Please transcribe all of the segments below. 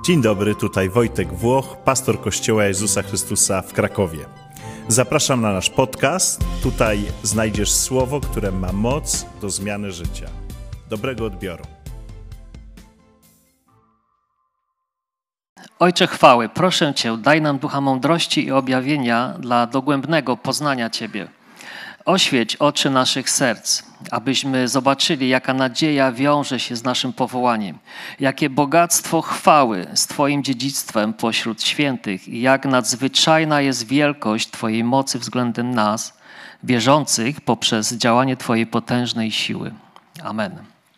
Dzień dobry, tutaj Wojtek Włoch, pastor Kościoła Jezusa Chrystusa w Krakowie. Zapraszam na nasz podcast. Tutaj znajdziesz słowo, które ma moc do zmiany życia. Dobrego odbioru. Ojcze chwały, proszę Cię, daj nam ducha mądrości i objawienia dla dogłębnego poznania Ciebie. Oświeć oczy naszych serc, abyśmy zobaczyli, jaka nadzieja wiąże się z naszym powołaniem, jakie bogactwo chwały z Twoim dziedzictwem pośród świętych i jak nadzwyczajna jest wielkość Twojej mocy względem nas, wierzących poprzez działanie Twojej potężnej siły. Amen.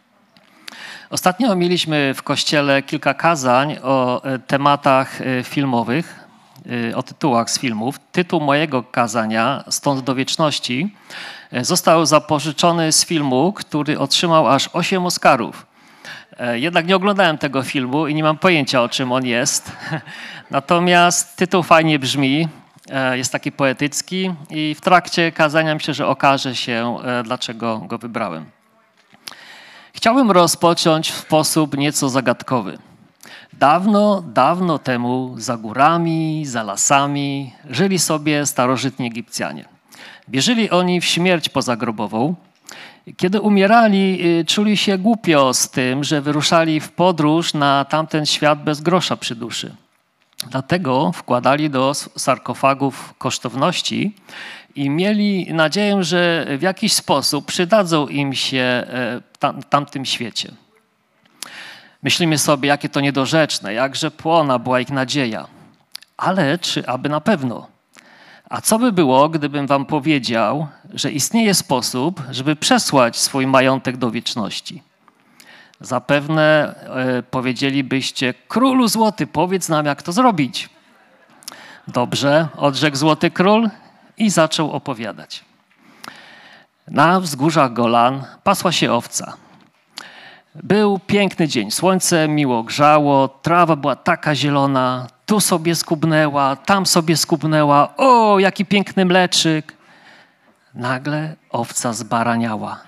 Ostatnio mieliśmy w Kościele kilka kazań o tematach filmowych, o tytułach z filmów. Tytuł mojego kazania, Stąd do wieczności, został zapożyczony z filmu, który otrzymał aż 8 Oscarów. Jednak nie oglądałem tego filmu i nie mam pojęcia, o czym on jest. Natomiast tytuł fajnie brzmi, jest taki poetycki i w trakcie kazania myślę, że okaże się, dlaczego go wybrałem. Chciałbym rozpocząć w sposób nieco zagadkowy. Dawno, dawno temu za górami, za lasami żyli sobie starożytni Egipcjanie. Wierzyli oni w śmierć pozagrobową. Kiedy umierali, czuli się głupio z tym, że wyruszali w podróż na tamten świat bez grosza przy duszy. Dlatego wkładali do sarkofagów kosztowności i mieli nadzieję, że w jakiś sposób przydadzą im się w tamtym świecie. Myślimy sobie, jakie to niedorzeczne, jakże płona była ich nadzieja. Ale czy aby na pewno? A co by było, gdybym wam powiedział, że istnieje sposób, żeby przesłać swój majątek do wieczności? Zapewne powiedzielibyście, królu złoty, powiedz nam, jak to zrobić. Dobrze, odrzekł złoty król i zaczął opowiadać. Na wzgórzach Golan pasła się owca. Był piękny dzień, słońce miło grzało, trawa była taka zielona, tu sobie skubnęła, tam sobie skubnęła, o, jaki piękny mleczyk. Nagle owca zbaraniała.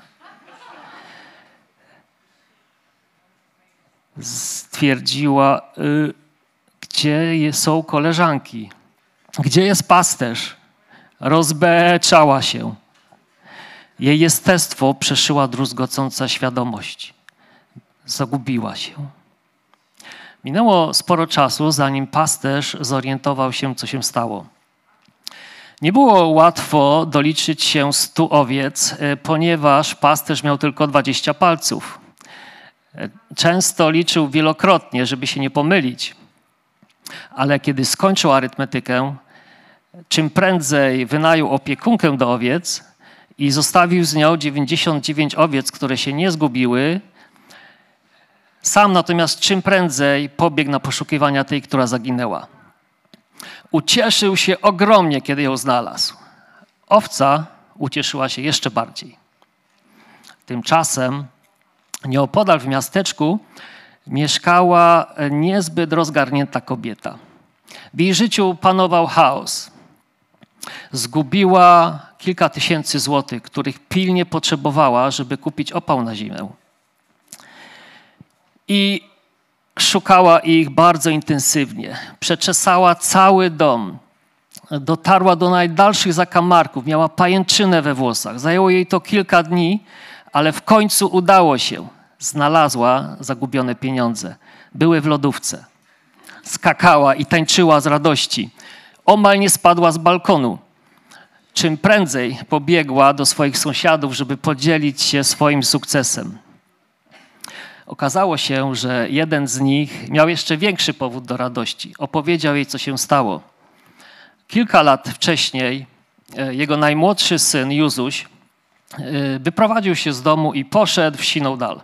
Stwierdziła, gdzie są koleżanki, gdzie jest pasterz? Rozbeczała się. Jej jestestwo przeszyła druzgocąca świadomość. Zagubiła się. Minęło sporo czasu, zanim pasterz zorientował się, co się stało. Nie było łatwo doliczyć się 100 owiec, ponieważ pasterz miał tylko 20 palców. Często liczył wielokrotnie, żeby się nie pomylić. Ale kiedy skończył arytmetykę, czym prędzej wynajął opiekunkę do owiec i zostawił z nią 99 owiec, które się nie zgubiły, sam natomiast czym prędzej pobiegł na poszukiwania tej, która zaginęła. Ucieszył się ogromnie, kiedy ją znalazł. Owca ucieszyła się jeszcze bardziej. Tymczasem nieopodal w miasteczku mieszkała niezbyt rozgarnięta kobieta. W jej życiu panował chaos. Zgubiła kilka tysięcy złotych, których pilnie potrzebowała, żeby kupić opał na zimę. I szukała ich bardzo intensywnie. Przeczesała cały dom. Dotarła do najdalszych zakamarków. Miała pajęczynę we włosach. Zajęło jej to kilka dni, ale w końcu udało się. Znalazła zagubione pieniądze. Były w lodówce. Skakała i tańczyła z radości. Omal nie spadła z balkonu. Czym prędzej pobiegła do swoich sąsiadów, żeby podzielić się swoim sukcesem. Okazało się, że jeden z nich miał jeszcze większy powód do radości. Opowiedział jej, co się stało. Kilka lat wcześniej jego najmłodszy syn, Juzuś, wyprowadził się z domu i poszedł w siną dal.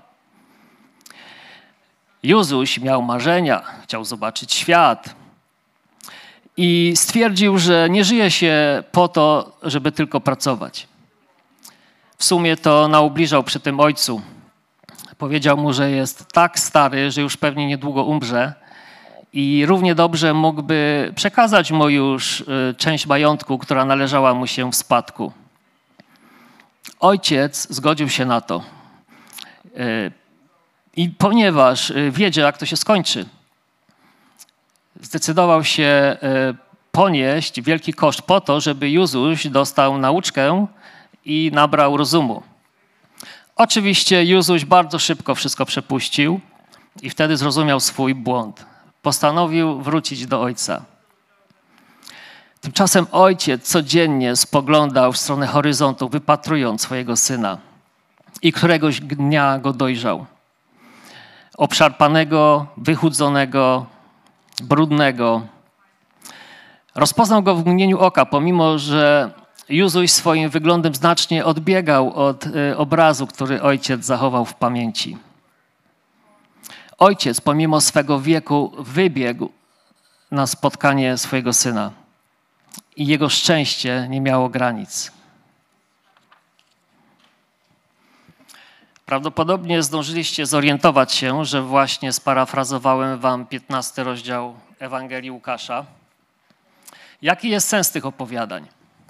Juzuś miał marzenia, chciał zobaczyć świat i stwierdził, że nie żyje się po to, żeby tylko pracować. W sumie to naubliżał przy tym ojcu. Powiedział mu, że jest tak stary, że już pewnie niedługo umrze i równie dobrze mógłby przekazać mu już część majątku, która należała mu się w spadku. Ojciec zgodził się na to. I ponieważ wiedział, jak to się skończy, zdecydował się ponieść wielki koszt po to, żeby Józuś dostał nauczkę i nabrał rozumu. Oczywiście Józuś bardzo szybko wszystko przepuścił i wtedy zrozumiał swój błąd. Postanowił wrócić do ojca. Tymczasem ojciec codziennie spoglądał w stronę horyzontu, wypatrując swojego syna. I któregoś dnia go dojrzał. Obszarpanego, wychudzonego, brudnego. Rozpoznał go w mgnieniu oka, pomimo że Józuś swoim wyglądem znacznie odbiegał od obrazu, który ojciec zachował w pamięci. Ojciec, pomimo swego wieku, wybiegł na spotkanie swojego syna. I jego szczęście nie miało granic. Prawdopodobnie zdążyliście zorientować się, że właśnie sparafrazowałem wam 15 rozdział Ewangelii Łukasza. Jaki jest sens tych opowiadań?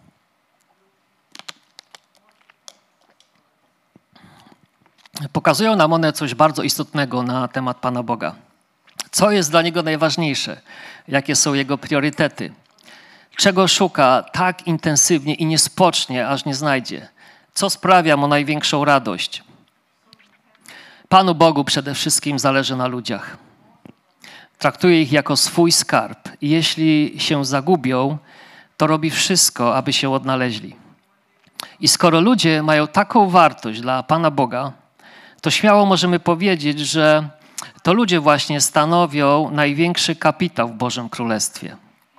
Pokazują nam one coś bardzo istotnego na temat Pana Boga. Co jest dla Niego najważniejsze? Jakie są Jego priorytety? Czego szuka tak intensywnie i niespocznie, aż nie znajdzie? Co sprawia Mu największą radość? Panu Bogu przede wszystkim zależy na ludziach. Traktuje ich jako swój skarb i jeśli się zagubią, to robi wszystko, aby się odnaleźli. I skoro ludzie mają taką wartość dla Pana Boga, to śmiało możemy powiedzieć, że to ludzie właśnie stanowią największy kapitał w Bożym Królestwie.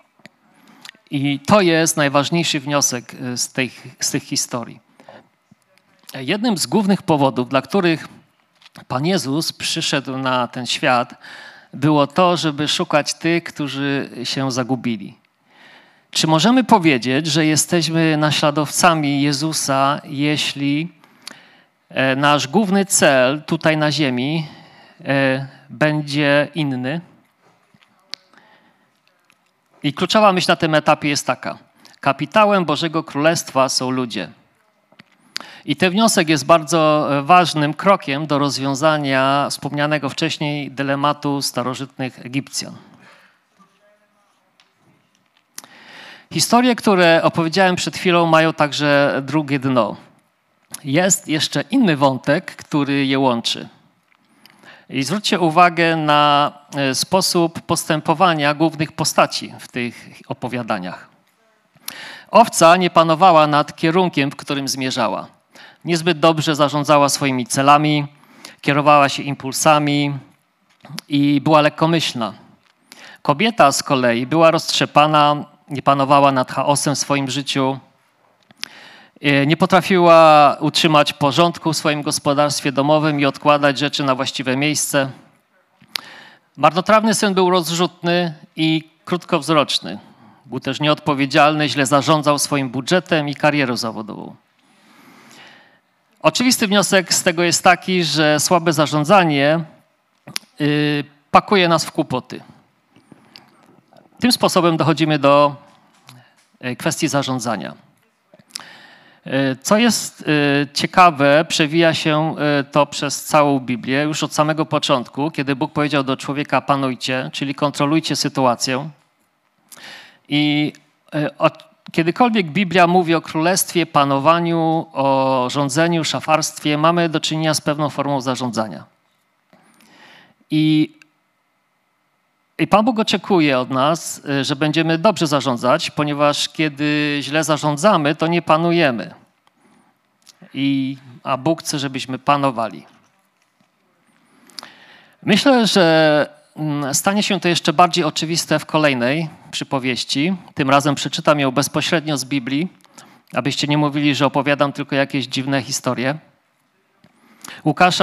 I to jest najważniejszy wniosek z tych historii. Jednym z głównych powodów, dla których Pan Jezus przyszedł na ten świat, było to, żeby szukać tych, którzy się zagubili. Czy możemy powiedzieć, że jesteśmy naśladowcami Jezusa, jeśli nasz główny cel tutaj na ziemi będzie inny? I kluczowa myśl na tym etapie jest taka. Kapitałem Bożego Królestwa są ludzie. I ten wniosek jest bardzo ważnym krokiem do rozwiązania wspomnianego wcześniej dylematu starożytnych Egipcjan. Historie, które opowiedziałem przed chwilą, mają także drugie dno. Jest jeszcze inny wątek, który je łączy. I zwróćcie uwagę na sposób postępowania głównych postaci w tych opowiadaniach. Owca nie panowała nad kierunkiem, w którym zmierzała. Niezbyt dobrze zarządzała swoimi celami, kierowała się impulsami i była lekkomyślna. Kobieta z kolei była roztrzepana, nie panowała nad chaosem w swoim życiu, nie potrafiła utrzymać porządku w swoim gospodarstwie domowym i odkładać rzeczy na właściwe miejsce. Marnotrawny syn był rozrzutny i krótkowzroczny. Był też nieodpowiedzialny, źle zarządzał swoim budżetem i karierą zawodową. Oczywisty wniosek z tego jest taki, że słabe zarządzanie pakuje nas w kłopoty. Tym sposobem dochodzimy do kwestii zarządzania. Co jest ciekawe, przewija się to przez całą Biblię, już od samego początku, kiedy Bóg powiedział do człowieka panujcie, czyli kontrolujcie sytuację. I kiedykolwiek Biblia mówi o królestwie, panowaniu, o rządzeniu, szafarstwie, mamy do czynienia z pewną formą zarządzania. I Pan Bóg oczekuje od nas, że będziemy dobrze zarządzać, ponieważ kiedy źle zarządzamy, to nie panujemy. A Bóg chce, żebyśmy panowali. Myślę, że stanie się to jeszcze bardziej oczywiste w kolejnej przypowieści. Tym razem przeczytam ją bezpośrednio z Biblii, abyście nie mówili, że opowiadam tylko jakieś dziwne historie. Łukasza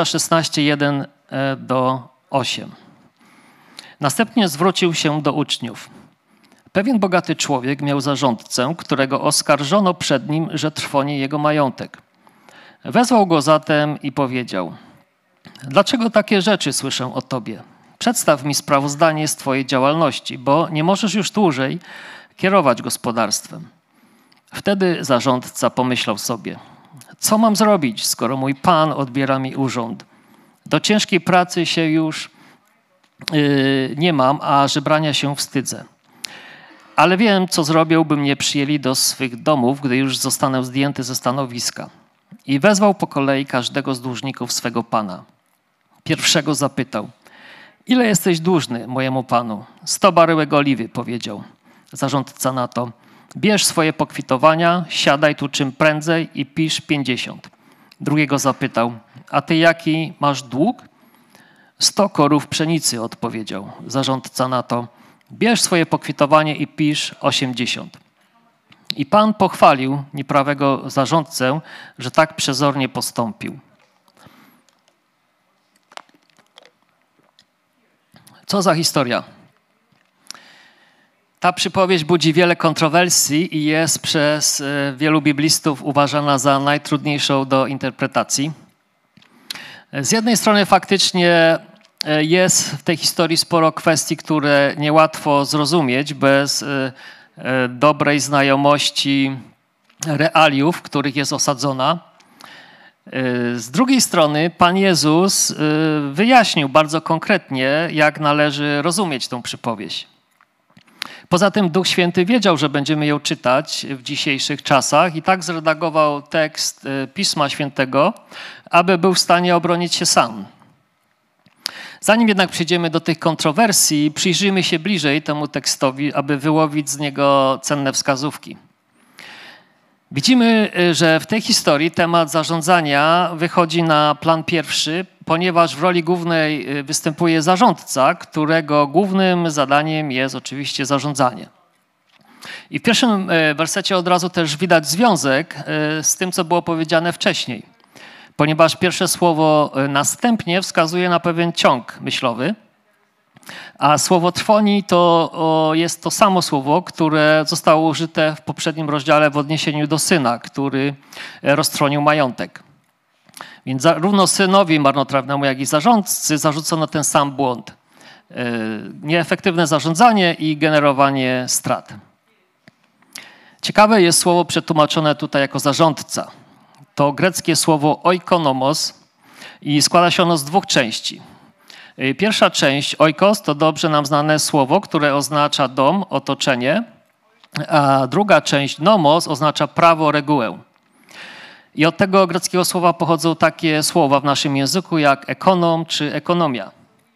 16:1-8. Następnie zwrócił się do uczniów. Pewien bogaty człowiek miał zarządcę, którego oskarżono przed nim, że trwoni jego majątek. Wezwał go zatem i powiedział: dlaczego takie rzeczy słyszę o tobie? Przedstaw mi sprawozdanie z twojej działalności, bo nie możesz już dłużej kierować gospodarstwem. Wtedy zarządca pomyślał sobie: co mam zrobić, skoro mój pan odbiera mi urząd? Do ciężkiej pracy się już nie mam, a żebrania się wstydzę. Ale wiem, co zrobią, by mnie przyjęli do swych domów, gdy już zostanę zdjęty ze stanowiska. I wezwał po kolei każdego z dłużników swego pana. Pierwszego zapytał: ile jesteś dłużny mojemu panu? 100 baryłek oliwy, powiedział. Zarządca na to: bierz swoje pokwitowania, siadaj tu czym prędzej i pisz 50. Drugiego zapytał: a ty jaki masz dług? 100 korów pszenicy, odpowiedział. Zarządca na to: bierz swoje pokwitowanie i pisz 80. I pan pochwalił nieprawego zarządcę, że tak przezornie postąpił. Co za historia? Ta przypowieść budzi wiele kontrowersji i jest przez wielu biblistów uważana za najtrudniejszą do interpretacji. Z jednej strony faktycznie jest w tej historii sporo kwestii, które niełatwo zrozumieć bez dobrej znajomości realiów, w których jest osadzona. Z drugiej strony Pan Jezus wyjaśnił bardzo konkretnie, jak należy rozumieć tę przypowieść. Poza tym Duch Święty wiedział, że będziemy ją czytać w dzisiejszych czasach i tak zredagował tekst Pisma Świętego, aby był w stanie obronić się sam. Zanim jednak przejdziemy do tych kontrowersji, przyjrzyjmy się bliżej temu tekstowi, aby wyłowić z niego cenne wskazówki. Widzimy, że w tej historii temat zarządzania wychodzi na plan pierwszy, ponieważ w roli głównej występuje zarządca, którego głównym zadaniem jest oczywiście zarządzanie. I w pierwszym wersecie od razu też widać związek z tym, co było powiedziane wcześniej, ponieważ pierwsze słowo następnie wskazuje na pewien ciąg myślowy, a słowo trwoni to jest to samo słowo, które zostało użyte w poprzednim rozdziale w odniesieniu do syna, który roztrwonił majątek. Więc zarówno synowi marnotrawnemu, jak i zarządcy zarzucono ten sam błąd. Nieefektywne zarządzanie i generowanie strat. Ciekawe jest słowo przetłumaczone tutaj jako zarządca. To greckie słowo oikonomos i składa się ono z dwóch części. Pierwsza część, oikos, to dobrze nam znane słowo, które oznacza dom, otoczenie, a druga część, nomos, oznacza prawo, regułę. I od tego greckiego słowa pochodzą takie słowa w naszym języku jak ekonom czy ekonomia.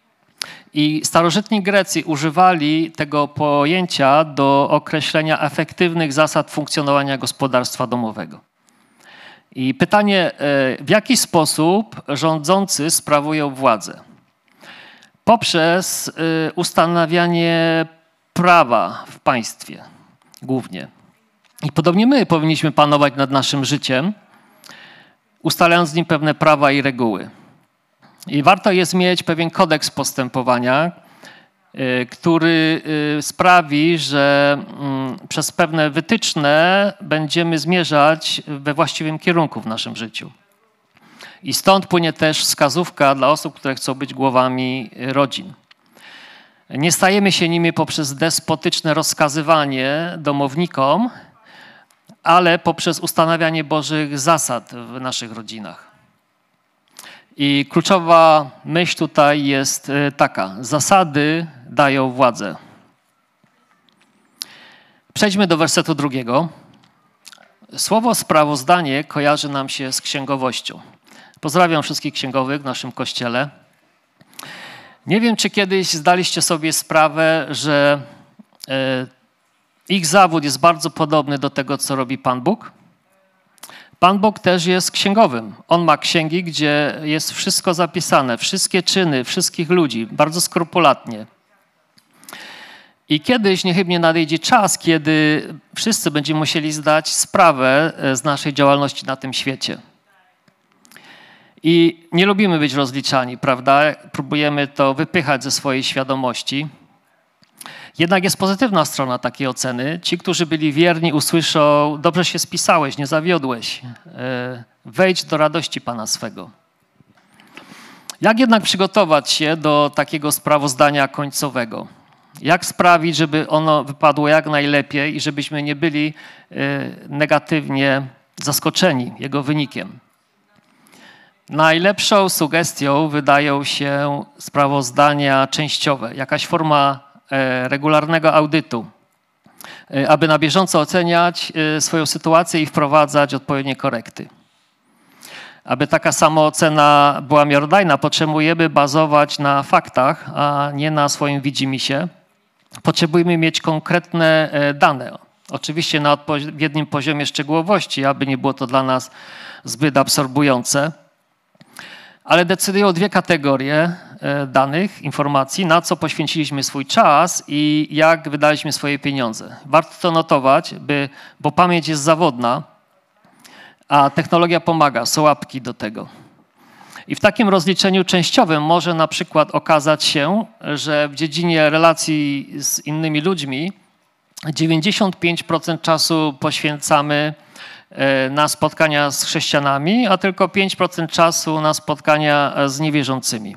I starożytni Grecy używali tego pojęcia do określenia efektywnych zasad funkcjonowania gospodarstwa domowego. I pytanie, w jaki sposób rządzący sprawują władzę? Poprzez ustanawianie prawa w państwie głównie. I podobnie my powinniśmy panować nad naszym życiem, ustalając z nim pewne prawa i reguły. I warto jest mieć pewien kodeks postępowania, który sprawi, że przez pewne wytyczne będziemy zmierzać we właściwym kierunku w naszym życiu. I stąd płynie też wskazówka dla osób, które chcą być głowami rodzin. Nie stajemy się nimi poprzez despotyczne rozkazywanie domownikom, ale poprzez ustanawianie Bożych zasad w naszych rodzinach. I kluczowa myśl tutaj jest taka: zasady dają władzę. Przejdźmy do wersetu 2. Słowo sprawozdanie kojarzy nam się z księgowością. Pozdrawiam wszystkich księgowych w naszym kościele. Nie wiem, czy kiedyś zdaliście sobie sprawę, że ich zawód jest bardzo podobny do tego, co robi Pan Bóg. Pan Bóg też jest księgowym. On ma księgi, gdzie jest wszystko zapisane, wszystkie czyny, wszystkich ludzi, bardzo skrupulatnie. I kiedyś niechybnie nadejdzie czas, kiedy wszyscy będziemy musieli zdać sprawę z naszej działalności na tym świecie. I nie lubimy być rozliczani, prawda? Próbujemy to wypychać ze swojej świadomości. Jednak jest pozytywna strona takiej oceny. Ci, którzy byli wierni, usłyszą: dobrze się spisałeś, nie zawiodłeś. Wejdź do radości Pana swego. Jak jednak przygotować się do takiego sprawozdania końcowego? Jak sprawić, żeby ono wypadło jak najlepiej i żebyśmy nie byli negatywnie zaskoczeni jego wynikiem? Najlepszą sugestią wydają się sprawozdania częściowe, jakaś forma regularnego audytu, aby na bieżąco oceniać swoją sytuację i wprowadzać odpowiednie korekty. Aby taka samoocena była miarodajna, potrzebujemy bazować na faktach, a nie na swoim widzimisię. Potrzebujemy mieć konkretne dane, oczywiście na odpowiednim poziomie szczegółowości, aby nie było to dla nas zbyt absorbujące. Ale decydują dwie kategorie danych, informacji, na co poświęciliśmy swój czas i jak wydaliśmy swoje pieniądze. Warto to notować, bo pamięć jest zawodna, a technologia pomaga, są łapki do tego. I w takim rozliczeniu częściowym może na przykład okazać się, że w dziedzinie relacji z innymi ludźmi 95% czasu poświęcamy na spotkania z chrześcijanami, a tylko 5% czasu na spotkania z niewierzącymi.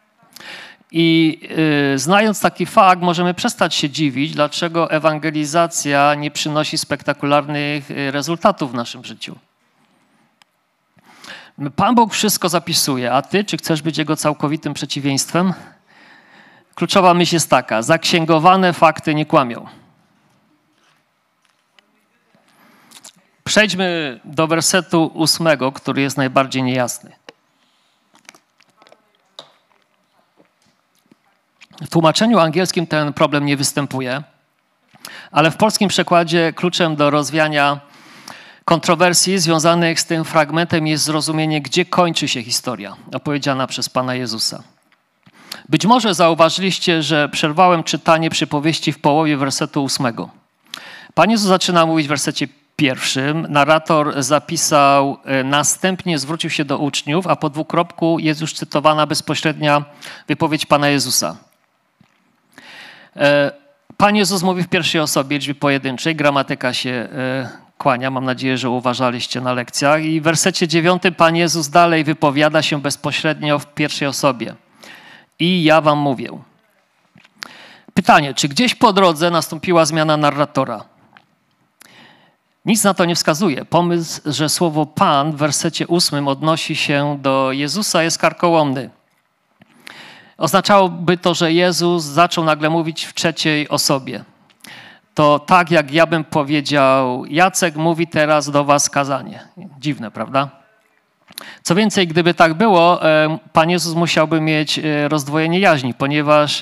I znając taki fakt, możemy przestać się dziwić, dlaczego ewangelizacja nie przynosi spektakularnych rezultatów w naszym życiu. Pan Bóg wszystko zapisuje, a ty, czy chcesz być Jego całkowitym przeciwieństwem? Kluczowa myśl jest taka: zaksięgowane fakty nie kłamią. Przejdźmy do wersetu 8, który jest najbardziej niejasny. W tłumaczeniu angielskim ten problem nie występuje, ale w polskim przekładzie kluczem do rozwiania kontrowersji związanych z tym fragmentem jest zrozumienie, gdzie kończy się historia opowiedziana przez Pana Jezusa. Być może zauważyliście, że przerwałem czytanie przypowieści w połowie wersetu 8. Pan Jezus zaczyna mówić w wersecie 1. Narrator zapisał: następnie zwrócił się do uczniów, a po dwukropku jest już cytowana bezpośrednia wypowiedź Pana Jezusa. Pan Jezus mówi w pierwszej osobie, liczby pojedynczej, gramatyka się kłania, mam nadzieję, że uważaliście na lekcjach. I w wersecie 9 Pan Jezus dalej wypowiada się bezpośrednio w pierwszej osobie. I ja wam mówię. Pytanie, czy gdzieś po drodze nastąpiła zmiana narratora? Nic na to nie wskazuje. Pomysł, że słowo Pan w wersecie 8 odnosi się do Jezusa, jest karkołomny. Oznaczałoby to, że Jezus zaczął nagle mówić w trzeciej osobie. To tak, jak ja bym powiedział: Jacek mówi teraz do was kazanie. Dziwne, prawda? Co więcej, gdyby tak było, Pan Jezus musiałby mieć rozdwojenie jaźni, ponieważ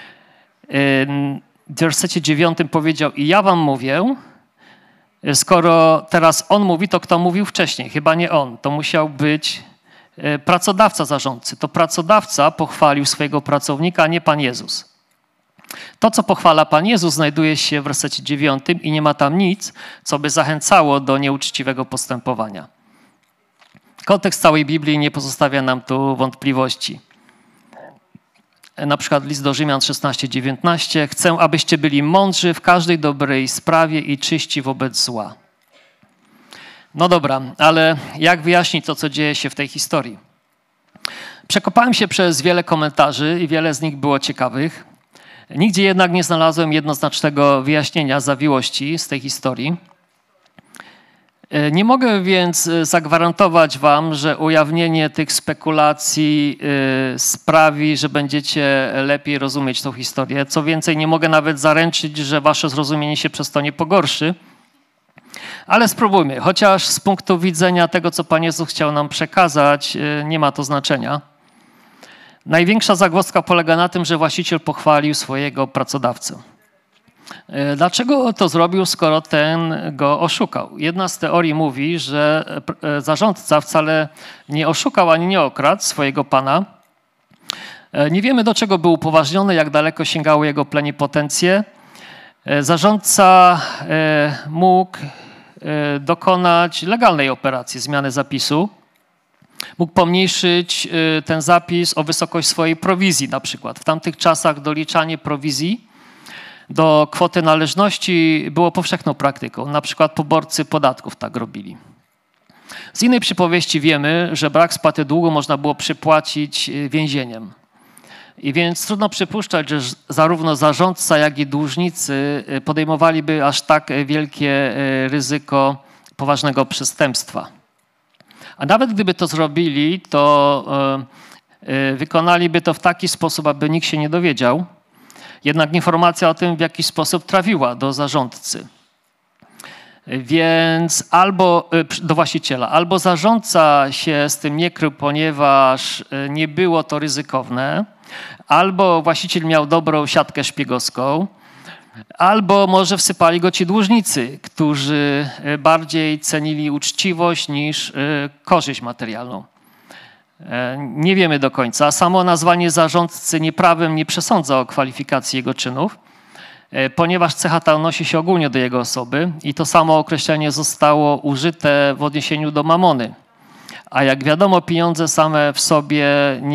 w wersecie 9 powiedział: i ja wam mówię. Skoro teraz on mówi, to kto mówił wcześniej? Chyba nie on. To musiał być pracodawca zarządcy. To pracodawca pochwalił swojego pracownika, a nie Pan Jezus. To, co pochwala Pan Jezus, znajduje się w wersecie 9 i nie ma tam nic, co by zachęcało do nieuczciwego postępowania. Kontekst całej Biblii nie pozostawia nam tu wątpliwości. Na przykład list do Rzymian 16:19. Chcę, abyście byli mądrzy w każdej dobrej sprawie i czyści wobec zła. No dobra, ale jak wyjaśnić to, co dzieje się w tej historii? Przekopałem się przez wiele komentarzy i wiele z nich było ciekawych. Nigdzie jednak nie znalazłem jednoznacznego wyjaśnienia zawiłości z tej historii. Nie mogę więc zagwarantować wam, że ujawnienie tych spekulacji sprawi, że będziecie lepiej rozumieć tą historię. Co więcej, nie mogę nawet zaręczyć, że wasze zrozumienie się przez to nie pogorszy. Ale spróbujmy, chociaż z punktu widzenia tego, co Pan Jezus chciał nam przekazać, nie ma to znaczenia. Największa zagwozdka polega na tym, że właściciel pochwalił swojego pracodawcę. Dlaczego to zrobił, skoro ten go oszukał? Jedna z teorii mówi, że zarządca wcale nie oszukał ani nie okradł swojego pana. Nie wiemy, do czego był upoważniony, jak daleko sięgały jego plenipotencje. Zarządca mógł dokonać legalnej operacji zmiany zapisu. Mógł pomniejszyć ten zapis o wysokość swojej prowizji na przykład. W tamtych czasach doliczanie prowizji do kwoty należności było powszechną praktyką. Na przykład poborcy podatków tak robili. Z innej przypowieści wiemy, że brak spłaty długu można było przypłacić więzieniem. I więc trudno przypuszczać, że zarówno zarządca, jak i dłużnicy podejmowaliby aż tak wielkie ryzyko poważnego przestępstwa. A nawet gdyby to zrobili, to wykonaliby to w taki sposób, aby nikt się nie dowiedział. Jednak informacja o tym w jakiś sposób trafiła do zarządcy. Więc albo do właściciela, albo zarządca się z tym nie krył, ponieważ nie było to ryzykowne, albo właściciel miał dobrą siatkę szpiegowską, albo może wsypali go ci dłużnicy, którzy bardziej cenili uczciwość niż korzyść materialną. Nie wiemy do końca. Samo nazwanie zarządcy nieprawym nie przesądza o kwalifikacji jego czynów, ponieważ cecha ta odnosi się ogólnie do jego osoby i to samo określenie zostało użyte w odniesieniu do mamony. A jak wiadomo, pieniądze same w sobie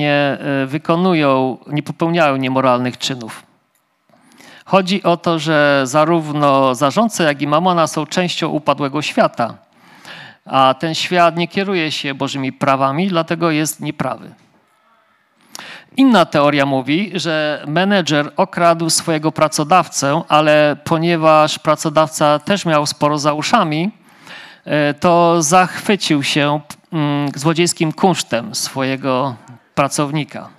nie popełniają niemoralnych czynów. Chodzi o to, że zarówno zarządca, jak i mamona są częścią upadłego świata, a ten świat nie kieruje się Bożymi prawami, dlatego jest nieprawy. Inna teoria mówi, że menedżer okradł swojego pracodawcę, ale ponieważ pracodawca też miał sporo za uszami, to zachwycił się złodziejskim kunsztem swojego pracownika.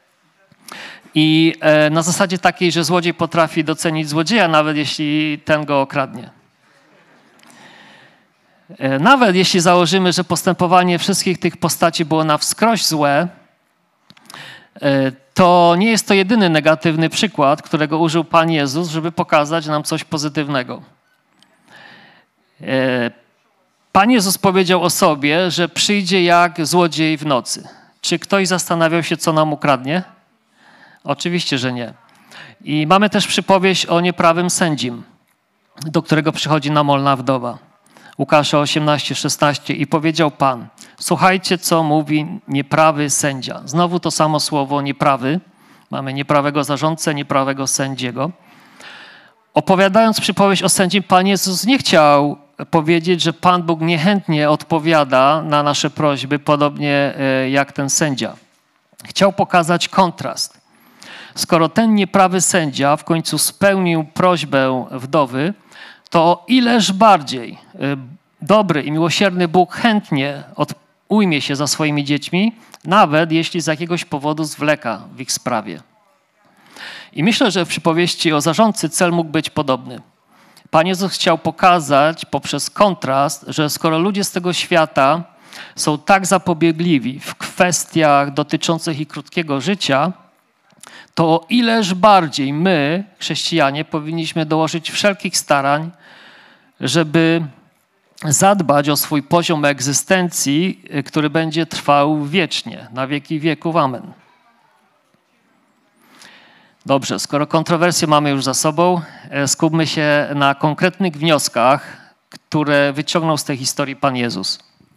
I na zasadzie takiej, że złodziej potrafi docenić złodzieja, nawet jeśli ten go okradnie. Nawet jeśli założymy, że postępowanie wszystkich tych postaci było na wskroś złe, to nie jest to jedyny negatywny przykład, którego użył Pan Jezus, żeby pokazać nam coś pozytywnego. Pan Jezus powiedział o sobie, że przyjdzie jak złodziej w nocy. Czy ktoś zastanawiał się, co nam ukradnie? Oczywiście, że nie. I mamy też przypowieść o nieprawym sędzim, do którego przychodzi namolna wdowa. Łukasza 18:16 i powiedział Pan, słuchajcie, co mówi nieprawy sędzia. Znowu to samo słowo nieprawy. Mamy nieprawego zarządcę, nieprawego sędziego. Opowiadając przypowieść o sędzim, Pan Jezus nie chciał powiedzieć, że Pan Bóg niechętnie odpowiada na nasze prośby, podobnie jak ten sędzia. Chciał pokazać kontrast. Skoro ten nieprawy sędzia w końcu spełnił prośbę wdowy, to ileż bardziej dobry i miłosierny Bóg chętnie ujmie się za swoimi dziećmi, nawet jeśli z jakiegoś powodu zwleka w ich sprawie. I myślę, że w przypowieści o zarządcy cel mógł być podobny. Pan Jezus chciał pokazać poprzez kontrast, że skoro ludzie z tego świata są tak zapobiegliwi w kwestiach dotyczących ich krótkiego życia, to o ileż bardziej my, chrześcijanie, powinniśmy dołożyć wszelkich starań, żeby zadbać o swój poziom egzystencji, który będzie trwał wiecznie, na wieki wieków. Amen. Dobrze, skoro kontrowersje mamy już za sobą, skupmy się na konkretnych wnioskach, które wyciągnął z tej historii Pan Jezus.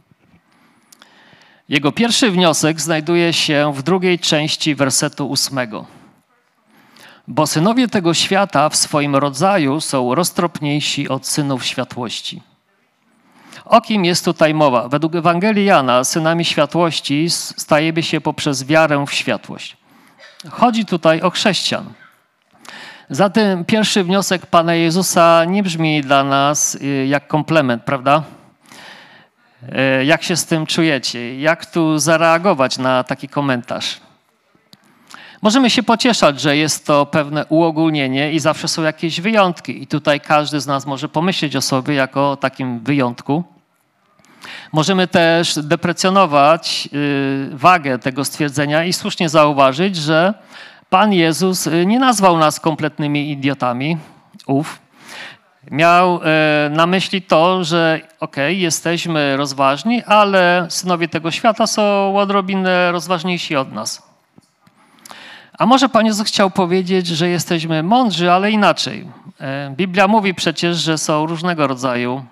Jego pierwszy wniosek znajduje się w drugiej części wersetu 8. Bo synowie tego świata w swoim rodzaju są roztropniejsi od synów światłości. O kim jest tutaj mowa? Według Ewangelii Jana synami światłości stajemy się poprzez wiarę w światłość. Chodzi tutaj o chrześcijan. Zatem pierwszy wniosek Pana Jezusa nie brzmi dla nas jak komplement, prawda? Jak się z tym czujecie? Jak tu zareagować na taki komentarz? Możemy się pocieszać, że jest to pewne uogólnienie i zawsze są jakieś wyjątki. I tutaj każdy z nas może pomyśleć o sobie jako o takim wyjątku. Możemy też deprecjonować wagę tego stwierdzenia i słusznie zauważyć, że Pan Jezus nie nazwał nas kompletnymi idiotami. Miał na myśli to, że jesteśmy rozważni, ale synowie tego świata są odrobinę rozważniejsi od nas. A może Pan Jezus chciał powiedzieć, że jesteśmy mądrzy, ale inaczej. Biblia mówi przecież, że są różnego rodzaju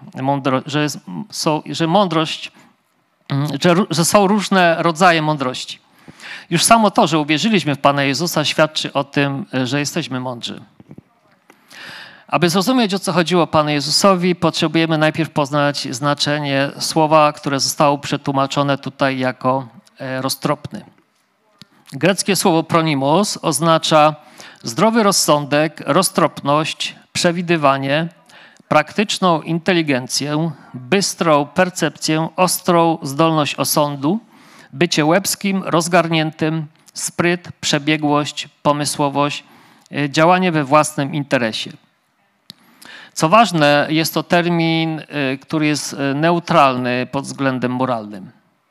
że są różne rodzaje mądrości. Już samo to, że uwierzyliśmy w Pana Jezusa, świadczy o tym, że jesteśmy mądrzy. Aby zrozumieć, o co chodziło Panu Jezusowi, potrzebujemy najpierw poznać znaczenie słowa, które zostało przetłumaczone tutaj jako roztropny. Greckie słowo pronimos oznacza zdrowy rozsądek, roztropność, przewidywanie, praktyczną inteligencję, bystrą percepcję, ostrą zdolność osądu, bycie łebskim, rozgarniętym, spryt, przebiegłość, pomysłowość, działanie we własnym interesie. Co ważne, jest to termin, który jest neutralny pod względem moralnym.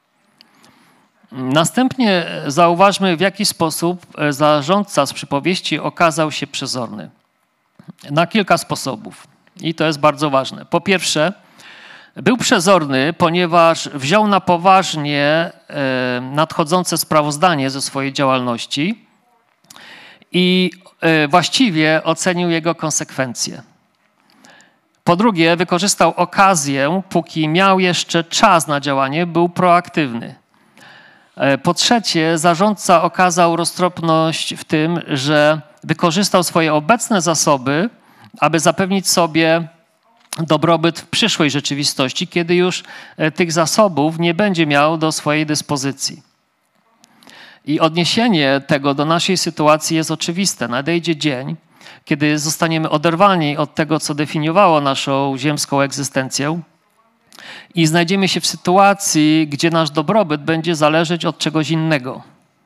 Następnie zauważmy, w jaki sposób zarządca z przypowieści okazał się przezorny. Na kilka sposobów. I to jest bardzo ważne. Po pierwsze, był przezorny, ponieważ wziął na poważnie nadchodzące sprawozdanie ze swojej działalności i właściwie ocenił jego konsekwencje. Po drugie, wykorzystał okazję, póki miał jeszcze czas na działanie, był proaktywny. Po trzecie, zarządca okazał roztropność w tym, że wykorzystał swoje obecne zasoby, aby zapewnić sobie dobrobyt w przyszłej rzeczywistości, kiedy już tych zasobów nie będzie miał do swojej dyspozycji. I odniesienie tego do naszej sytuacji jest oczywiste. Nadejdzie dzień, kiedy zostaniemy oderwani od tego, co definiowało naszą ziemską egzystencję i znajdziemy się w sytuacji, gdzie nasz dobrobyt będzie zależeć od czegoś innego.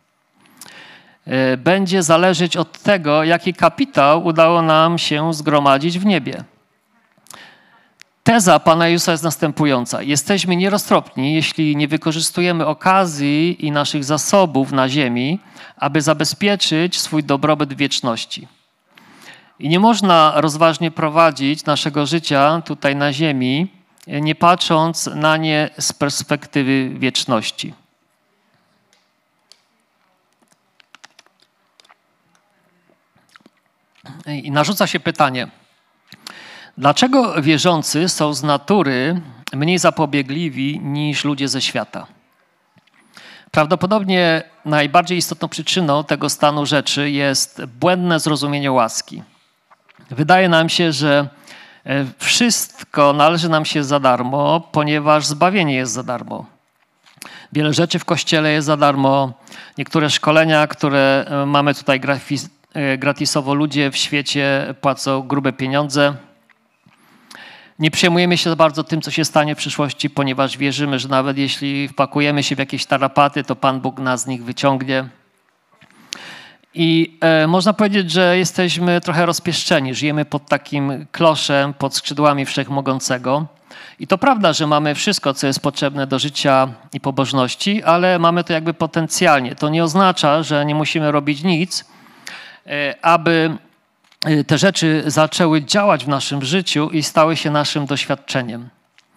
Będzie zależeć od tego, jaki kapitał udało nam się zgromadzić w niebie. Teza Pana Jezusa jest następująca. Jesteśmy nieroztropni, jeśli nie wykorzystujemy okazji i naszych zasobów na ziemi, aby zabezpieczyć swój dobrobyt w wieczności. I nie można rozważnie prowadzić naszego życia tutaj na ziemi, nie patrząc na nie z perspektywy wieczności. I narzuca się pytanie, dlaczego wierzący są z natury mniej zapobiegliwi niż ludzie ze świata? Prawdopodobnie najbardziej istotną przyczyną tego stanu rzeczy jest błędne zrozumienie łaski. Wydaje nam się, że wszystko należy nam się za darmo, ponieważ zbawienie jest za darmo. Wiele rzeczy w Kościele jest za darmo. Niektóre szkolenia, które mamy tutaj gratisowo, ludzie w świecie płacą grube pieniądze. Nie przejmujemy się za bardzo tym, co się stanie w przyszłości, ponieważ wierzymy, że nawet jeśli wpakujemy się w jakieś tarapaty, to Pan Bóg nas z nich wyciągnie. I można powiedzieć, że jesteśmy trochę rozpieszczeni. Żyjemy pod takim kloszem, pod skrzydłami Wszechmogącego. I to prawda, że mamy wszystko, co jest potrzebne do życia i pobożności, ale mamy to jakby potencjalnie. To nie oznacza, że nie musimy robić nic, aby te rzeczy zaczęły działać w naszym życiu i stały się naszym doświadczeniem.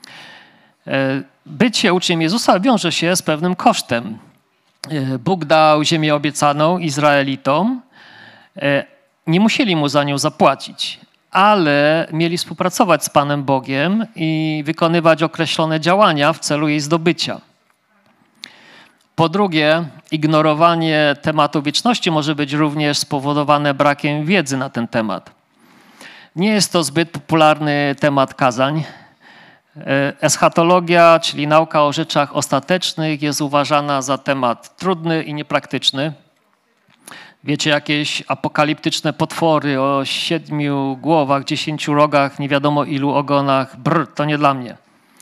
Bycie uczniem Jezusa wiąże się z pewnym kosztem. Bóg dał ziemię obiecaną Izraelitom. Nie musieli mu za nią zapłacić, ale mieli współpracować z Panem Bogiem i wykonywać określone działania w celu jej zdobycia. Po drugie, ignorowanie tematu wieczności może być również spowodowane brakiem wiedzy na ten temat. Nie jest to zbyt popularny temat kazań. Eschatologia, czyli nauka o rzeczach ostatecznych, jest uważana za temat trudny i niepraktyczny. Wiecie, jakieś apokaliptyczne potwory o 7 głowach, 10 rogach, nie wiadomo ilu ogonach. To nie dla mnie.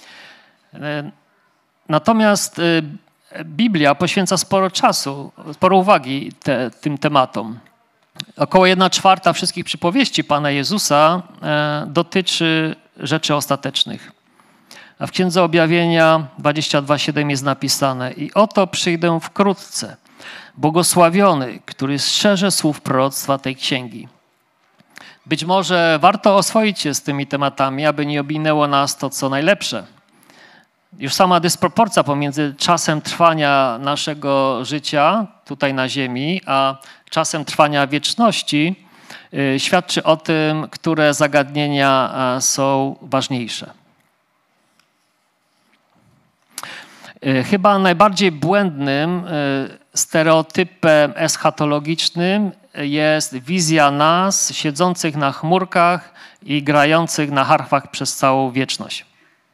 Natomiast Biblia poświęca sporo czasu, sporo uwagi tym tematom. Około 1/4 wszystkich przypowieści Pana Jezusa dotyczy rzeczy ostatecznych. A w Księdze Objawienia 22:7 jest napisane: i oto przyjdę wkrótce, błogosławiony, który strzeże słów proroctwa tej księgi. Być może warto oswoić się z tymi tematami, aby nie ominęło nas to, co najlepsze. Już sama dysproporcja pomiędzy czasem trwania naszego życia tutaj na ziemi, a czasem trwania wieczności świadczy o tym, które zagadnienia są ważniejsze. Chyba najbardziej błędnym stereotypem eschatologicznym jest wizja nas siedzących na chmurkach i grających na harfach przez całą wieczność.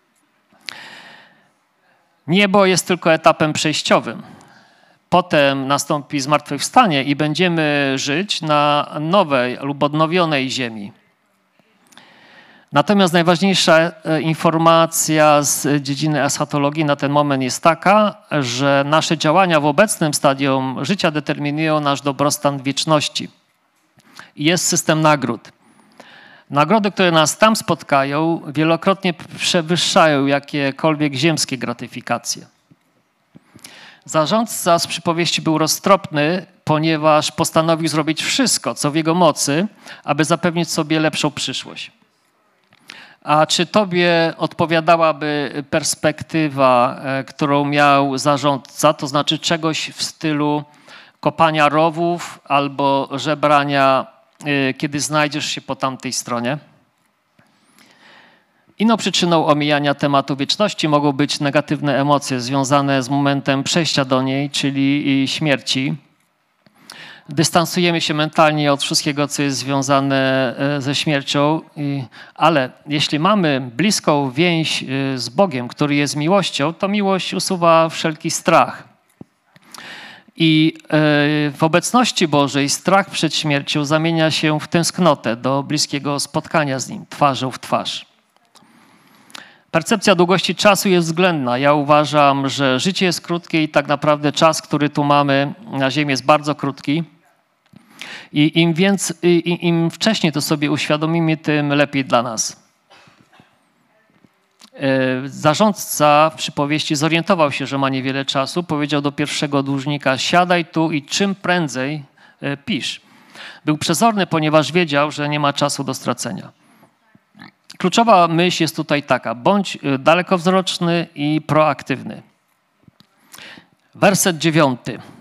Niebo jest tylko etapem przejściowym. Potem nastąpi zmartwychwstanie i będziemy żyć na nowej lub odnowionej ziemi. Natomiast najważniejsza informacja z dziedziny eschatologii na ten moment jest taka, że nasze działania w obecnym stadium życia determinują nasz dobrostan w wieczności. Jest system nagród. Nagrody, które nas tam spotkają, wielokrotnie przewyższają jakiekolwiek ziemskie gratyfikacje. Zarządca z przypowieści był roztropny, ponieważ postanowił zrobić wszystko, co w jego mocy, aby zapewnić sobie lepszą przyszłość. A czy tobie odpowiadałaby perspektywa, którą miał zarządca, to znaczy czegoś w stylu kopania rowów albo żebrania, kiedy znajdziesz się po tamtej stronie? Inną przyczyną omijania tematu wieczności mogą być negatywne emocje związane z momentem przejścia do niej, czyli śmierci. Dystansujemy się mentalnie od wszystkiego, co jest związane ze śmiercią, ale jeśli mamy bliską więź z Bogiem, który jest miłością, to miłość usuwa wszelki strach. I w obecności Bożej strach przed śmiercią zamienia się w tęsknotę do bliskiego spotkania z Nim, twarzą w twarz. Percepcja długości czasu jest względna. Ja uważam, że życie jest krótkie i tak naprawdę czas, który tu mamy na ziemi, jest bardzo krótki. I im wcześniej to sobie uświadomimy, tym lepiej dla nas. Zarządca w przypowieści zorientował się, że ma niewiele czasu. Powiedział do pierwszego dłużnika: siadaj tu i czym prędzej pisz. Był przezorny, ponieważ wiedział, że nie ma czasu do stracenia. Kluczowa myśl jest tutaj taka: bądź dalekowzroczny i proaktywny. Werset 9.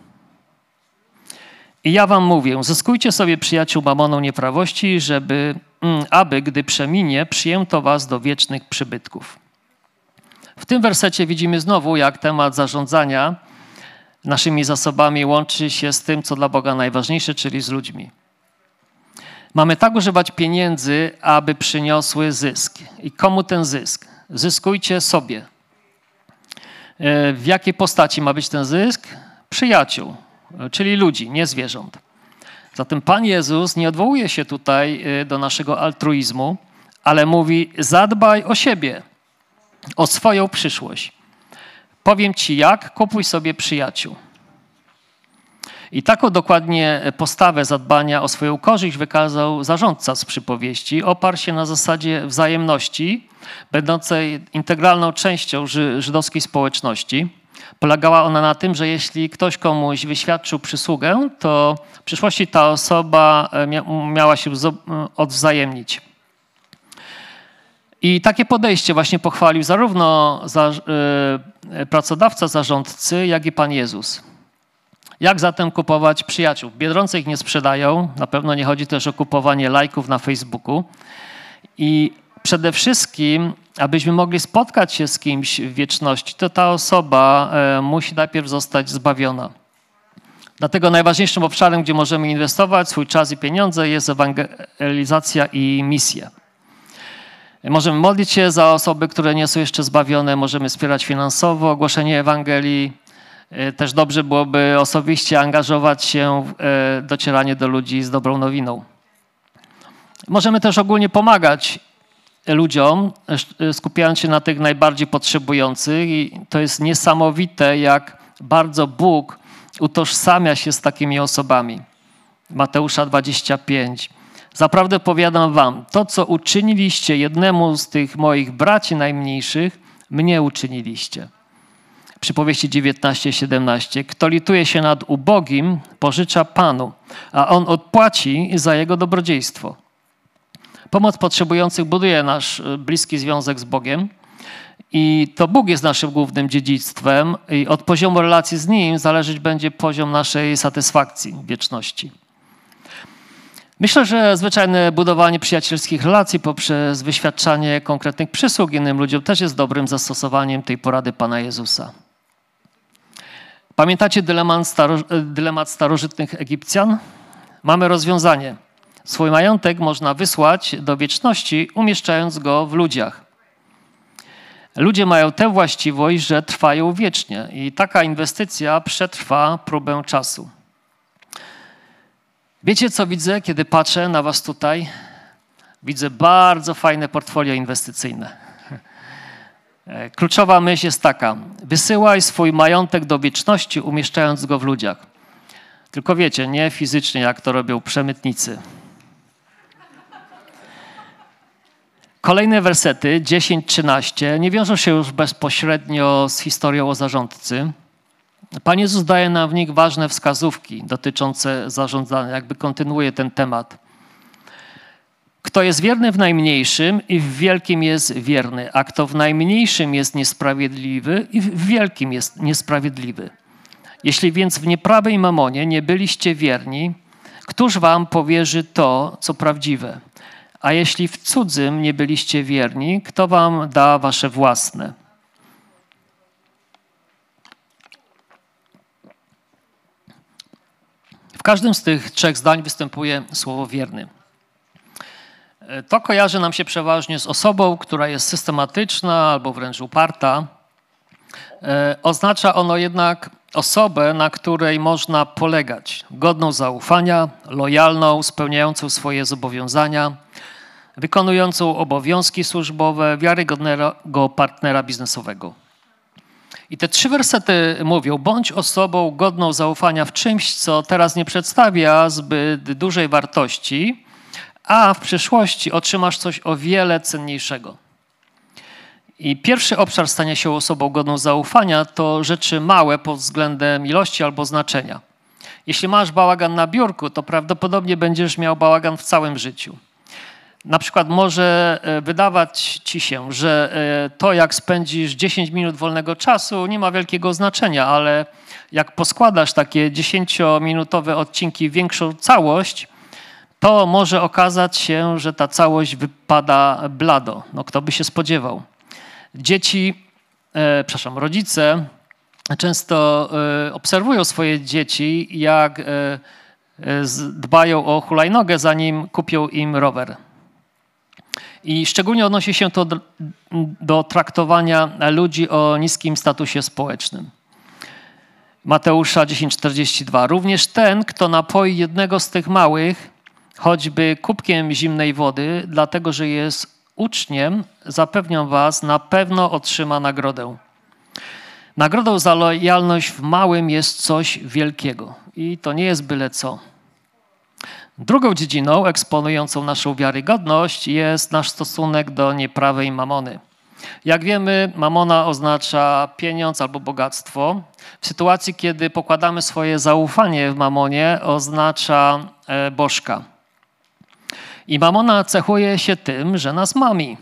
I ja wam mówię, zyskujcie sobie przyjaciół mamoną nieprawości, aby gdy przeminie, przyjęto was do wiecznych przybytków. W tym wersecie widzimy znowu, jak temat zarządzania naszymi zasobami łączy się z tym, co dla Boga najważniejsze, czyli z ludźmi. Mamy tak używać pieniędzy, aby przyniosły zysk. I komu ten zysk? Zyskujcie sobie. W jakiej postaci ma być ten zysk? Przyjaciół, czyli ludzi, nie zwierząt. Zatem Pan Jezus nie odwołuje się tutaj do naszego altruizmu, ale mówi: zadbaj o siebie, o swoją przyszłość. Powiem ci jak, kupuj sobie przyjaciół. I taką dokładnie postawę zadbania o swoją korzyść wykazał zarządca z przypowieści. Oparł się na zasadzie wzajemności, będącej integralną częścią żydowskiej społeczności. Polegała ona na tym, że jeśli ktoś komuś wyświadczył przysługę, to w przyszłości ta osoba miała się odwzajemnić. I takie podejście właśnie pochwalił zarówno pracodawca zarządcy, jak i Pan Jezus. Jak zatem kupować przyjaciół? W Biedronce ich nie sprzedają. Na pewno nie chodzi też o kupowanie lajków na Facebooku. I przede wszystkim, abyśmy mogli spotkać się z kimś w wieczności, to ta osoba musi najpierw zostać zbawiona. Dlatego najważniejszym obszarem, gdzie możemy inwestować swój czas i pieniądze, jest ewangelizacja i misja. Możemy modlić się za osoby, które nie są jeszcze zbawione, możemy wspierać finansowo ogłoszenie Ewangelii. Też dobrze byłoby osobiście angażować się w docieranie do ludzi z dobrą nowiną. Możemy też ogólnie pomagać ludziom, skupiając się na tych najbardziej potrzebujących. I to jest niesamowite, jak bardzo Bóg utożsamia się z takimi osobami. Mateusza 25. Zaprawdę powiadam wam, to co uczyniliście jednemu z tych moich braci najmniejszych, mnie uczyniliście. Przypowieści 19:17. Kto lituje się nad ubogim, pożycza Panu, a On odpłaci za jego dobrodziejstwo. Pomoc potrzebujących buduje nasz bliski związek z Bogiem i to Bóg jest naszym głównym dziedzictwem i od poziomu relacji z Nim zależeć będzie poziom naszej satysfakcji w wieczności. Myślę, że zwyczajne budowanie przyjacielskich relacji poprzez wyświadczanie konkretnych przysług innym ludziom też jest dobrym zastosowaniem tej porady Pana Jezusa. Pamiętacie dylemat starożytnych Egipcjan? Mamy rozwiązanie. Swój majątek można wysłać do wieczności, umieszczając go w ludziach. Ludzie mają tę właściwość, że trwają wiecznie i taka inwestycja przetrwa próbę czasu. Wiecie, co widzę, kiedy patrzę na was tutaj? Widzę bardzo fajne portfolio inwestycyjne. Kluczowa myśl jest taka: wysyłaj swój majątek do wieczności, umieszczając go w ludziach. Tylko wiecie, nie fizycznie, jak to robią przemytnicy. Kolejne wersety, 10-13, nie wiążą się już bezpośrednio z historią o zarządcy. Pan Jezus daje nam w nich ważne wskazówki dotyczące zarządzania, jakby kontynuuje ten temat. Kto jest wierny w najmniejszym i w wielkim jest wierny, a kto w najmniejszym jest niesprawiedliwy i w wielkim jest niesprawiedliwy. Jeśli więc w nieprawej mamonie nie byliście wierni, któż wam powierzy to, co prawdziwe? A jeśli w cudzym nie byliście wierni, kto wam da wasze własne? W każdym z tych trzech zdań występuje słowo wierny. To kojarzy nam się przeważnie z osobą, która jest systematyczna albo wręcz uparta. Oznacza ono jednak osobę, na której można polegać, godną zaufania, lojalną, spełniającą swoje zobowiązania, wykonującą obowiązki służbowe, wiarygodnego partnera biznesowego. I te trzy wersety mówią: bądź osobą godną zaufania w czymś, co teraz nie przedstawia zbyt dużej wartości, a w przyszłości otrzymasz coś o wiele cenniejszego. I pierwszy obszar stania się osobą godną zaufania to rzeczy małe pod względem ilości albo znaczenia. Jeśli masz bałagan na biurku, to prawdopodobnie będziesz miał bałagan w całym życiu. Na przykład może wydawać ci się, że to, jak spędzisz 10 minut wolnego czasu, nie ma wielkiego znaczenia, ale jak poskładasz takie 10-minutowe odcinki w większą całość, to może okazać się, że ta całość wypada blado. No kto by się spodziewał? Rodzice często obserwują swoje dzieci, jak dbają o hulajnogę, zanim kupią im rower. I szczególnie odnosi się to do traktowania ludzi o niskim statusie społecznym. Mateusza 10:42. Również ten, kto napoi jednego z tych małych, choćby kubkiem zimnej wody, dlatego że jest uczniem, zapewniam was, na pewno otrzyma nagrodę. Nagrodą za lojalność w małym jest coś wielkiego. I to nie jest byle co. Drugą dziedziną eksponującą naszą wiarygodność jest nasz stosunek do nieprawej mamony. Jak wiemy, mamona oznacza pieniądz albo bogactwo. W sytuacji, kiedy pokładamy swoje zaufanie w mamonie, oznacza bożka. I mamona cechuje się tym, że nas mami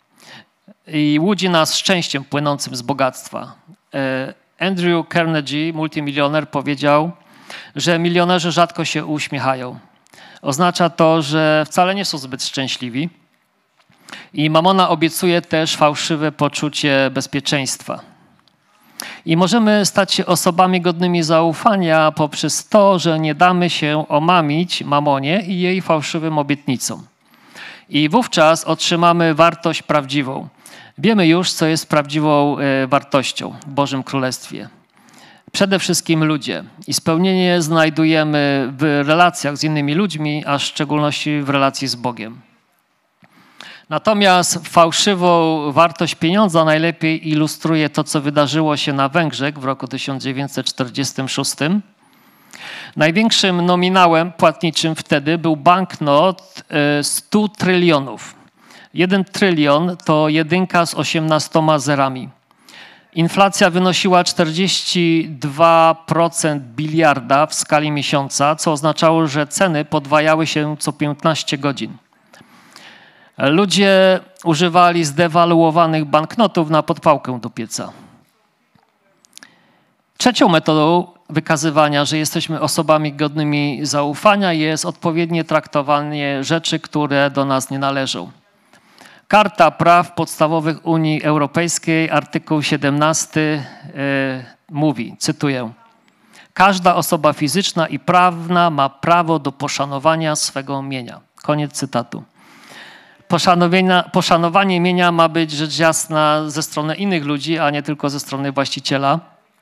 i łudzi nas szczęściem płynącym z bogactwa. Andrew Carnegie, multimilioner, powiedział, że milionerzy rzadko się uśmiechają. Oznacza to, że wcale nie są zbyt szczęśliwi. I mamona obiecuje też fałszywe poczucie bezpieczeństwa. I możemy stać się osobami godnymi zaufania poprzez to, że nie damy się omamić mamonie i jej fałszywym obietnicom. I wówczas otrzymamy wartość prawdziwą. Wiemy już, co jest prawdziwą wartością w Bożym Królestwie. Przede wszystkim ludzie. I spełnienie znajdujemy w relacjach z innymi ludźmi, a w szczególności w relacji z Bogiem. Natomiast fałszywą wartość pieniądza najlepiej ilustruje to, co wydarzyło się na Węgrzech w roku 1946. Największym nominałem płatniczym wtedy był banknot 100 trylionów. 1 trylion to jedynka z 18 zerami. Inflacja wynosiła 42% biliarda w skali miesiąca, co oznaczało, że ceny podwajały się co 15 godzin. Ludzie używali zdewaluowanych banknotów na podpałkę do pieca. Trzecią metodą wykazywania, że jesteśmy osobami godnymi zaufania, jest odpowiednie traktowanie rzeczy, które do nas nie należą. Karta Praw Podstawowych Unii Europejskiej, artykuł 17 mówi, cytuję: każda osoba fizyczna i prawna ma prawo do poszanowania swego mienia. Koniec cytatu. Poszanowanie mienia ma być rzecz jasna ze strony innych ludzi, a nie tylko ze strony właściciela.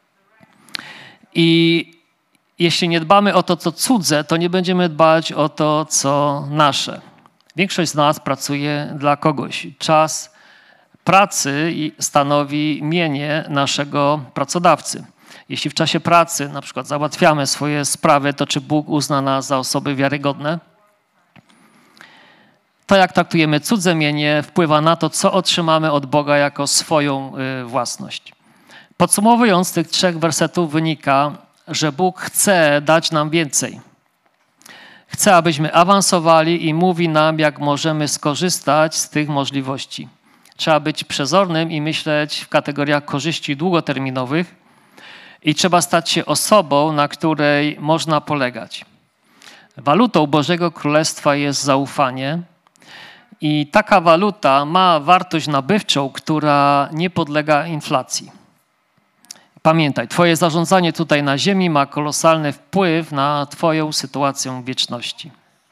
I jeśli nie dbamy o to, co cudze, to nie będziemy dbać o to, co nasze. Większość z nas pracuje dla kogoś. Czas pracy stanowi mienie naszego pracodawcy. Jeśli w czasie pracy na przykład załatwiamy swoje sprawy, to czy Bóg uzna nas za osoby wiarygodne? To, jak traktujemy cudze mienie, wpływa na to, co otrzymamy od Boga jako swoją własność. Podsumowując, z tych 3 wersetów wynika, że Bóg chce dać nam więcej. Chce, abyśmy awansowali i mówi nam, jak możemy skorzystać z tych możliwości. Trzeba być przezornym i myśleć w kategoriach korzyści długoterminowych i trzeba stać się osobą, na której można polegać. Walutą Bożego Królestwa jest zaufanie i taka waluta ma wartość nabywczą, która nie podlega inflacji. Pamiętaj, twoje zarządzanie tutaj na ziemi ma kolosalny wpływ na twoją sytuację wieczności.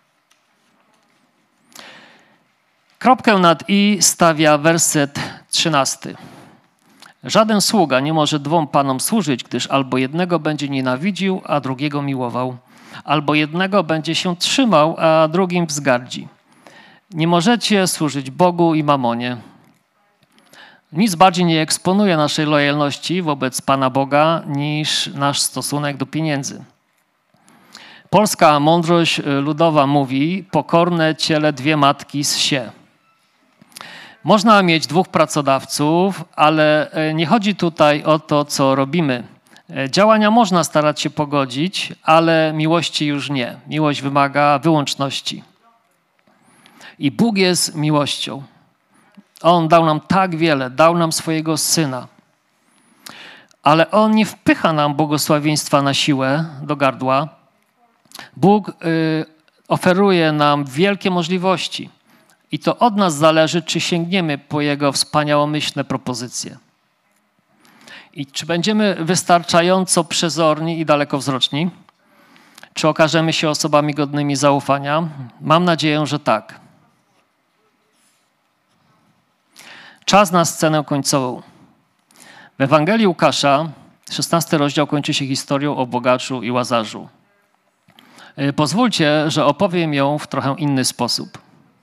Kropkę nad i stawia werset 13. Żaden sługa nie może 2 panom służyć, gdyż albo jednego będzie nienawidził, a drugiego miłował, albo jednego będzie się trzymał, a drugim wzgardzi. Nie możecie służyć Bogu i mamonie. Nic bardziej nie eksponuje naszej lojalności wobec Pana Boga niż nasz stosunek do pieniędzy. Polska mądrość ludowa mówi: pokorne ciele 2 matki zsie. Można mieć 2 pracodawców, ale nie chodzi tutaj o to, co robimy. Działania można starać się pogodzić, ale miłości już nie. Miłość wymaga wyłączności. I Bóg jest miłością. On dał nam tak wiele, dał nam swojego Syna. Ale On nie wpycha nam błogosławieństwa na siłę do gardła. Bóg oferuje nam wielkie możliwości. I to od nas zależy, czy sięgniemy po Jego wspaniałomyślne propozycje. I czy będziemy wystarczająco przezorni i dalekowzroczni? Czy okażemy się osobami godnymi zaufania? Mam nadzieję, że tak. Czas na scenę końcową. W Ewangelii Łukasza 16 rozdział kończy się historią o bogaczu i Łazarzu. Pozwólcie, że opowiem ją w trochę inny sposób.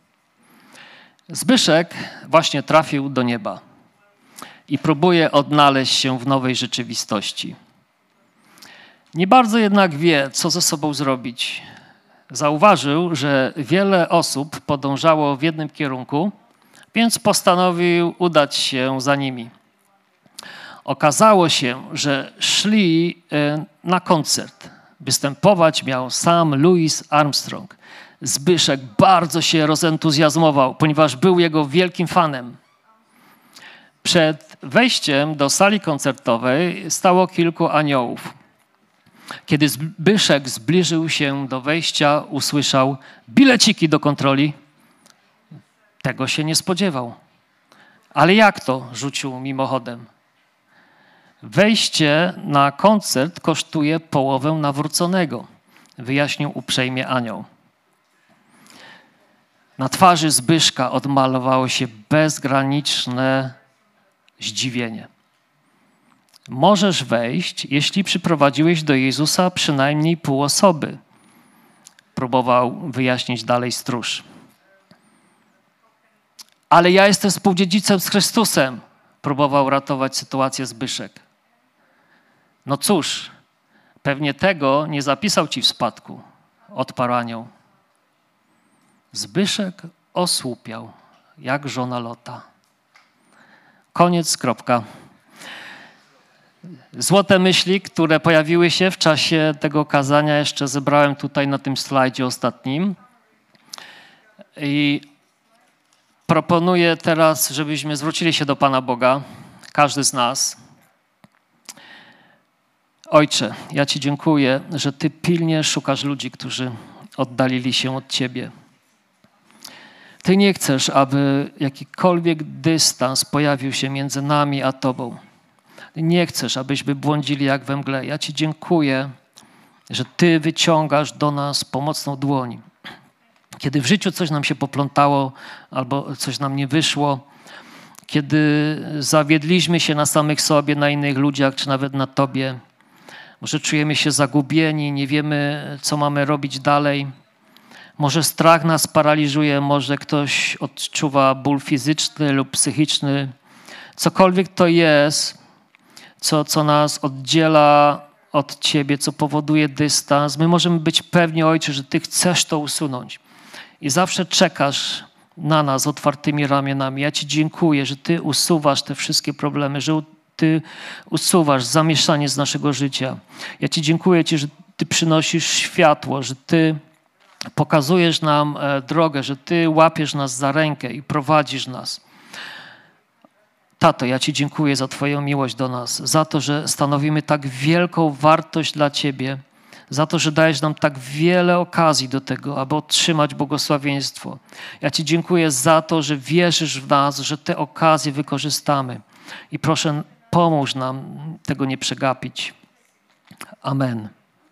Zbyszek właśnie trafił do nieba i próbuje odnaleźć się w nowej rzeczywistości. Nie bardzo jednak wie, co ze sobą zrobić. Zauważył, że wiele osób podążało w jednym kierunku, więc postanowił udać się za nimi. Okazało się, że szli na koncert. Występować miał sam Louis Armstrong. Zbyszek bardzo się rozentuzjazmował, ponieważ był jego wielkim fanem. Przed wejściem do sali koncertowej stało kilku aniołów. Kiedy Zbyszek zbliżył się do wejścia, usłyszał: bileciki do kontroli. Tego się nie spodziewał. Ale jak to? Rzucił mimochodem. Wejście na koncert kosztuje połowę nawróconego, wyjaśnił uprzejmie anioł. Na twarzy Zbyszka odmalowało się bezgraniczne zdziwienie. Możesz wejść, jeśli przyprowadziłeś do Jezusa przynajmniej pół osoby, próbował wyjaśnić dalej stróż. Ale ja jestem współdziedzicem z Chrystusem, próbował ratować sytuację Zbyszek. No cóż, pewnie tego nie zapisał ci w spadku, odparł anioł. Zbyszek osłupiał, jak żona Lota. Koniec, kropka. Złote myśli, które pojawiły się w czasie tego kazania, jeszcze zebrałem tutaj na tym slajdzie ostatnim. I proponuję teraz, żebyśmy zwrócili się do Pana Boga, każdy z nas. Ojcze, ja Ci dziękuję, że Ty pilnie szukasz ludzi, którzy oddalili się od Ciebie. Ty nie chcesz, aby jakikolwiek dystans pojawił się między nami a Tobą. Ty nie chcesz, abyśmy błądzili jak we mgle. Ja Ci dziękuję, że Ty wyciągasz do nas pomocną dłoń. Kiedy w życiu coś nam się poplątało albo coś nam nie wyszło, kiedy zawiedliśmy się na samych sobie, na innych ludziach czy nawet na Tobie, może czujemy się zagubieni, nie wiemy, co mamy robić dalej. Może strach nas paraliżuje, może ktoś odczuwa ból fizyczny lub psychiczny. Cokolwiek to jest, co nas oddziela od Ciebie, co powoduje dystans. My możemy być pewni, Ojcze, że Ty chcesz to usunąć. I zawsze czekasz na nas otwartymi ramionami. Ja Ci dziękuję, że Ty usuwasz te wszystkie problemy, że Ty usuwasz zamieszanie z naszego życia. Ja Ci dziękuję że Ty przynosisz światło, że Ty pokazujesz nam drogę, że Ty łapiesz nas za rękę i prowadzisz nas. Tato, ja Ci dziękuję za Twoją miłość do nas, za to, że stanowimy tak wielką wartość dla Ciebie, za to, że dajesz nam tak wiele okazji do tego, aby otrzymać błogosławieństwo. Ja Ci dziękuję za to, że wierzysz w nas, że te okazje wykorzystamy. I proszę, pomóż nam tego nie przegapić. Amen.